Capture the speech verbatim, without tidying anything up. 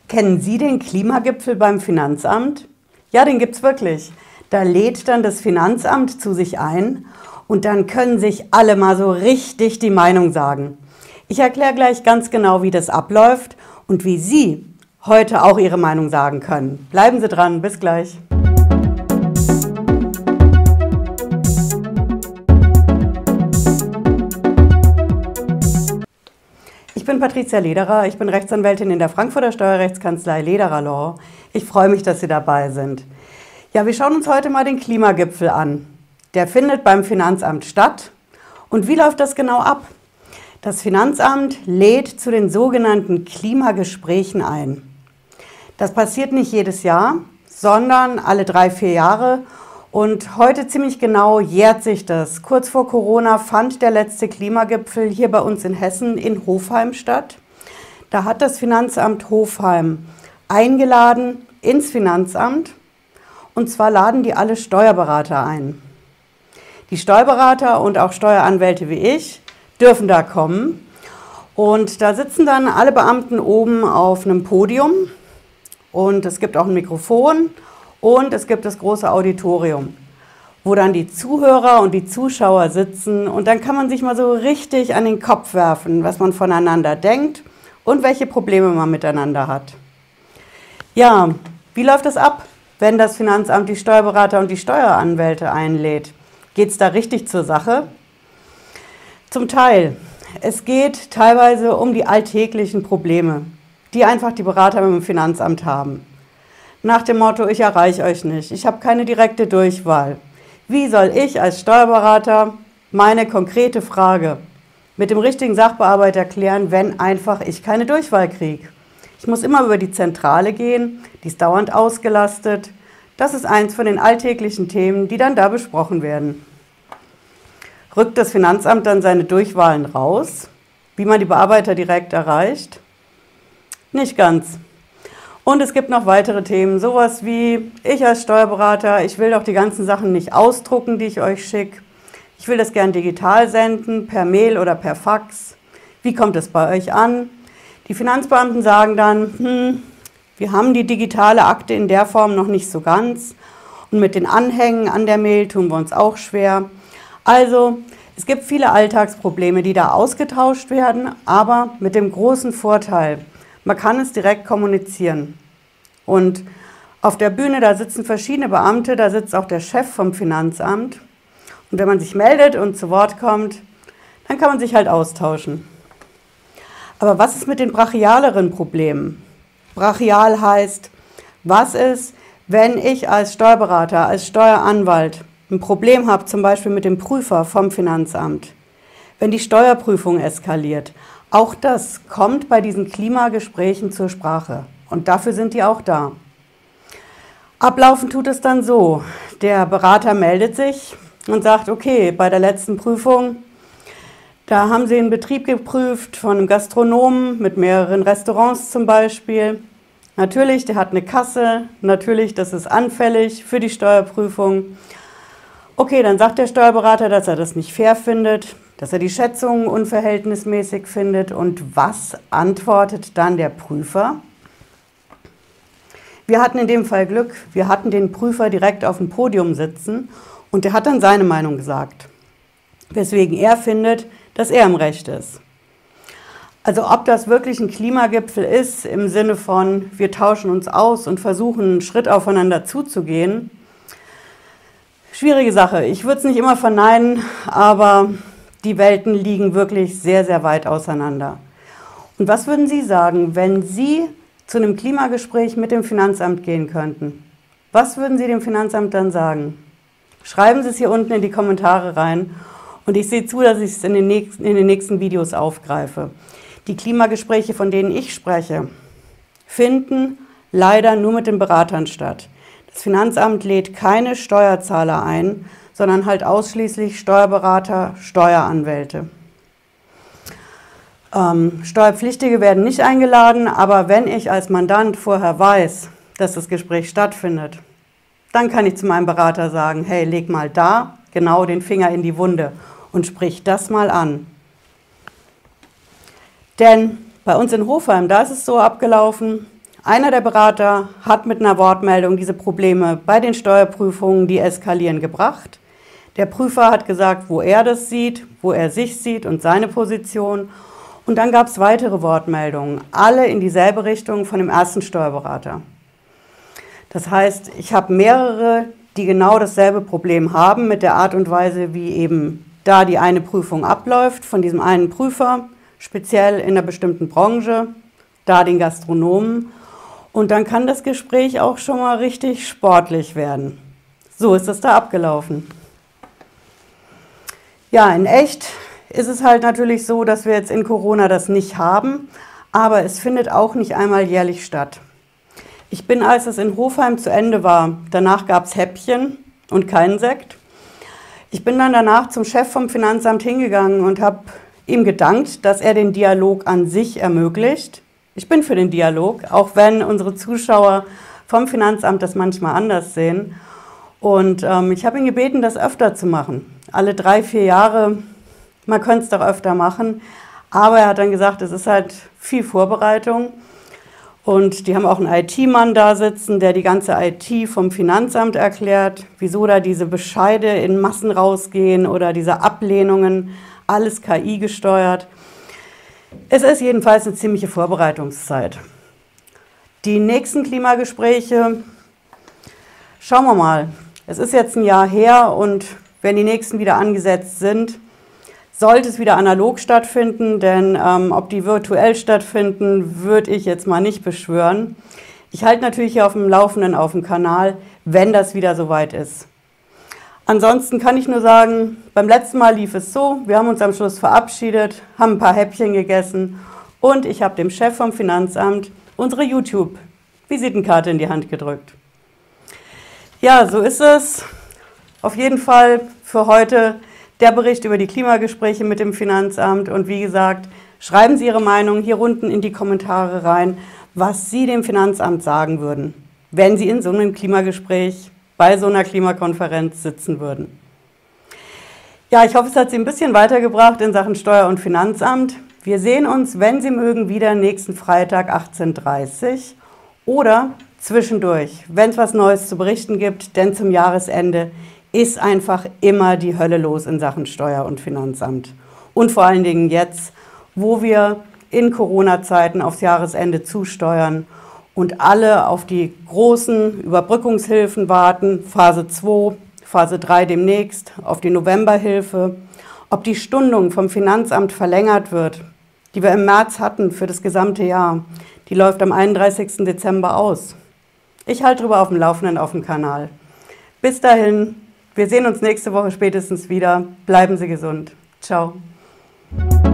Kennen Sie den Klimagipfel beim Finanzamt? Ja, den gibt's wirklich. Da lädt dann das Finanzamt zu sich ein und dann können sich alle mal so richtig die Meinung sagen. Ich erkläre gleich ganz genau, wie das abläuft und wie Sie heute auch Ihre Meinung sagen können. Bleiben Sie dran, bis gleich. Ich bin Patricia Lederer, ich bin Rechtsanwältin in der Frankfurter Steuerrechtskanzlei Lederer Law. Ich freue mich, dass Sie dabei sind. Ja, wir schauen uns heute mal den Klimagipfel an. Der findet beim Finanzamt statt. Und wie läuft das genau ab? Das Finanzamt lädt zu den sogenannten Klimagesprächen ein. Das passiert nicht jedes Jahr, sondern alle drei, vier Jahre. Und heute ziemlich genau jährt sich das. Kurz vor Corona fand der letzte Klimagipfel hier bei uns in Hessen in Hofheim statt. Da hat das Finanzamt Hofheim eingeladen ins Finanzamt. Und zwar laden die alle Steuerberater ein. Die Steuerberater und auch Steueranwälte wie ich dürfen da kommen. Und da sitzen dann alle Beamten oben auf einem Podium. Und es gibt auch ein Mikrofon. Und es gibt das große Auditorium, wo dann die Zuhörer und die Zuschauer sitzen. Und dann kann man sich mal so richtig an den Kopf werfen, was man voneinander denkt und welche Probleme man miteinander hat. Ja, wie läuft das ab, wenn das Finanzamt die Steuerberater und die Steueranwälte einlädt? Geht es da richtig zur Sache? Zum Teil. Es geht teilweise um die alltäglichen Probleme, die einfach die Berater mit dem Finanzamt haben. Nach dem Motto, ich erreiche euch nicht, ich habe keine direkte Durchwahl. Wie soll ich als Steuerberater meine konkrete Frage mit dem richtigen Sachbearbeiter klären, wenn einfach ich keine Durchwahl kriege? Ich muss immer über die Zentrale gehen, die ist dauernd ausgelastet. Das ist eins von den alltäglichen Themen, die dann da besprochen werden. Rückt das Finanzamt dann seine Durchwahlen raus, wie man die Bearbeiter direkt erreicht? Nicht ganz. Und es gibt noch weitere Themen, sowas wie, ich als Steuerberater, ich will doch die ganzen Sachen nicht ausdrucken, die ich euch schicke. Ich will das gern digital senden, per Mail oder per Fax. Wie kommt es bei euch an? Die Finanzbeamten sagen dann, hm, wir haben die digitale Akte in der Form noch nicht so ganz. Und mit den Anhängen an der Mail tun wir uns auch schwer. Also, es gibt viele Alltagsprobleme, die da ausgetauscht werden, aber mit dem großen Vorteil, man kann es direkt kommunizieren. Und auf der Bühne, da sitzen verschiedene Beamte, da sitzt auch der Chef vom Finanzamt. Und wenn man sich meldet und zu Wort kommt, dann kann man sich halt austauschen. Aber was ist mit den brachialeren Problemen? Brachial heißt, was ist, wenn ich als Steuerberater, als Steueranwalt ein Problem habe, zum Beispiel mit dem Prüfer vom Finanzamt, wenn die Steuerprüfung eskaliert? Auch das kommt bei diesen Klimagesprächen zur Sprache und dafür sind die auch da. Ablaufen tut es dann so, der Berater meldet sich und sagt, okay, bei der letzten Prüfung, da haben Sie einen Betrieb geprüft von einem Gastronomen mit mehreren Restaurants zum Beispiel. Natürlich, der hat eine Kasse, natürlich, das ist anfällig für die Steuerprüfung. Okay, dann sagt der Steuerberater, dass er das nicht fair findet, dass er die Schätzungen unverhältnismäßig findet. Und was antwortet dann der Prüfer? Wir hatten in dem Fall Glück, wir hatten den Prüfer direkt auf dem Podium sitzen und der hat dann seine Meinung gesagt, weswegen er findet, dass er im Recht ist. Also ob das wirklich ein Klimagipfel ist, im Sinne von, wir tauschen uns aus und versuchen, einen Schritt aufeinander zuzugehen, schwierige Sache. Ich würde es nicht immer verneinen, aber die Welten liegen wirklich sehr, sehr weit auseinander. Und was würden Sie sagen, wenn Sie zu einem Klimagespräch mit dem Finanzamt gehen könnten? Was würden Sie dem Finanzamt dann sagen? Schreiben Sie es hier unten in die Kommentare rein und ich sehe zu, dass ich es in den nächsten, in den nächsten Videos aufgreife. Die Klimagespräche, von denen ich spreche, finden leider nur mit den Beratern statt. Das Finanzamt lädt keine Steuerzahler ein, sondern halt ausschließlich Steuerberater, Steueranwälte. Ähm, Steuerpflichtige werden nicht eingeladen, aber wenn ich als Mandant vorher weiß, dass das Gespräch stattfindet, dann kann ich zu meinem Berater sagen, hey, leg mal da genau den Finger in die Wunde und sprich das mal an. Denn bei uns in Hofheim, da ist es so abgelaufen, Einer der Berater hat mit einer Wortmeldung diese Probleme bei den Steuerprüfungen, die eskalieren, gebracht. Der Prüfer hat gesagt, wo er das sieht, wo er sich sieht und seine Position. Und dann gab es weitere Wortmeldungen, alle in dieselbe Richtung von dem ersten Steuerberater. Das heißt, ich habe mehrere, die genau dasselbe Problem haben mit der Art und Weise, wie eben da die eine Prüfung abläuft, von diesem einen Prüfer, speziell in einer bestimmten Branche, da den Gastronomen. Und dann kann das Gespräch auch schon mal richtig sportlich werden. So ist es da abgelaufen. Ja, in echt ist es halt natürlich so, dass wir jetzt in Corona das nicht haben, aber es findet auch nicht einmal jährlich statt. Ich bin, als es in Hofheim zu Ende war, danach gab es Häppchen und keinen Sekt. Ich bin dann danach zum Chef vom Finanzamt hingegangen und habe ihm gedankt, dass er den Dialog an sich ermöglicht. Ich bin für den Dialog, auch wenn unsere Zuschauer vom Finanzamt das manchmal anders sehen. Und ähm, ich habe ihn gebeten, das öfter zu machen. Alle drei, vier Jahre, man könnte es doch öfter machen. Aber er hat dann gesagt, es ist halt viel Vorbereitung. Und die haben auch einen I T-Mann da sitzen, der die ganze I T vom Finanzamt erklärt, wieso da diese Bescheide in Massen rausgehen oder diese Ablehnungen, alles K I gesteuert. Es ist jedenfalls eine ziemliche Vorbereitungszeit. Die nächsten Klimagespräche, schauen wir mal. Es ist jetzt ein Jahr her und wenn die nächsten wieder angesetzt sind, sollte es wieder analog stattfinden, denn ähm, ob die virtuell stattfinden, würde ich jetzt mal nicht beschwören. Ich halte natürlich hier auf dem Laufenden auf dem Kanal, wenn das wieder soweit ist. Ansonsten kann ich nur sagen, beim letzten Mal lief es so, wir haben uns am Schluss verabschiedet, haben ein paar Häppchen gegessen und ich habe dem Chef vom Finanzamt unsere YouTube-Visitenkarte in die Hand gedrückt. Ja, so ist es. Auf jeden Fall für heute der Bericht über die Klimagespräche mit dem Finanzamt. Und wie gesagt, schreiben Sie Ihre Meinung hier unten in die Kommentare rein, was Sie dem Finanzamt sagen würden, wenn Sie in so einem Klimagespräch bei so einer Klimakonferenz sitzen würden. Ja, ich hoffe, es hat Sie ein bisschen weitergebracht in Sachen Steuer- und Finanzamt. Wir sehen uns, wenn Sie mögen, wieder nächsten Freitag achtzehn Uhr dreißig oder zwischendurch, wenn es was Neues zu berichten gibt, denn zum Jahresende ist einfach immer die Hölle los in Sachen Steuer- und Finanzamt. Und vor allen Dingen jetzt, wo wir in Corona-Zeiten aufs Jahresende zusteuern und alle auf die großen Überbrückungshilfen warten, Phase zwei, Phase drei demnächst, auf die Novemberhilfe, ob die Stundung vom Finanzamt verlängert wird, die wir im März hatten für das gesamte Jahr, die läuft am einunddreißigsten Dezember aus. Ich halte drüber auf dem Laufenden auf dem Kanal. Bis dahin. Wir sehen uns nächste Woche spätestens wieder. Bleiben Sie gesund. Ciao.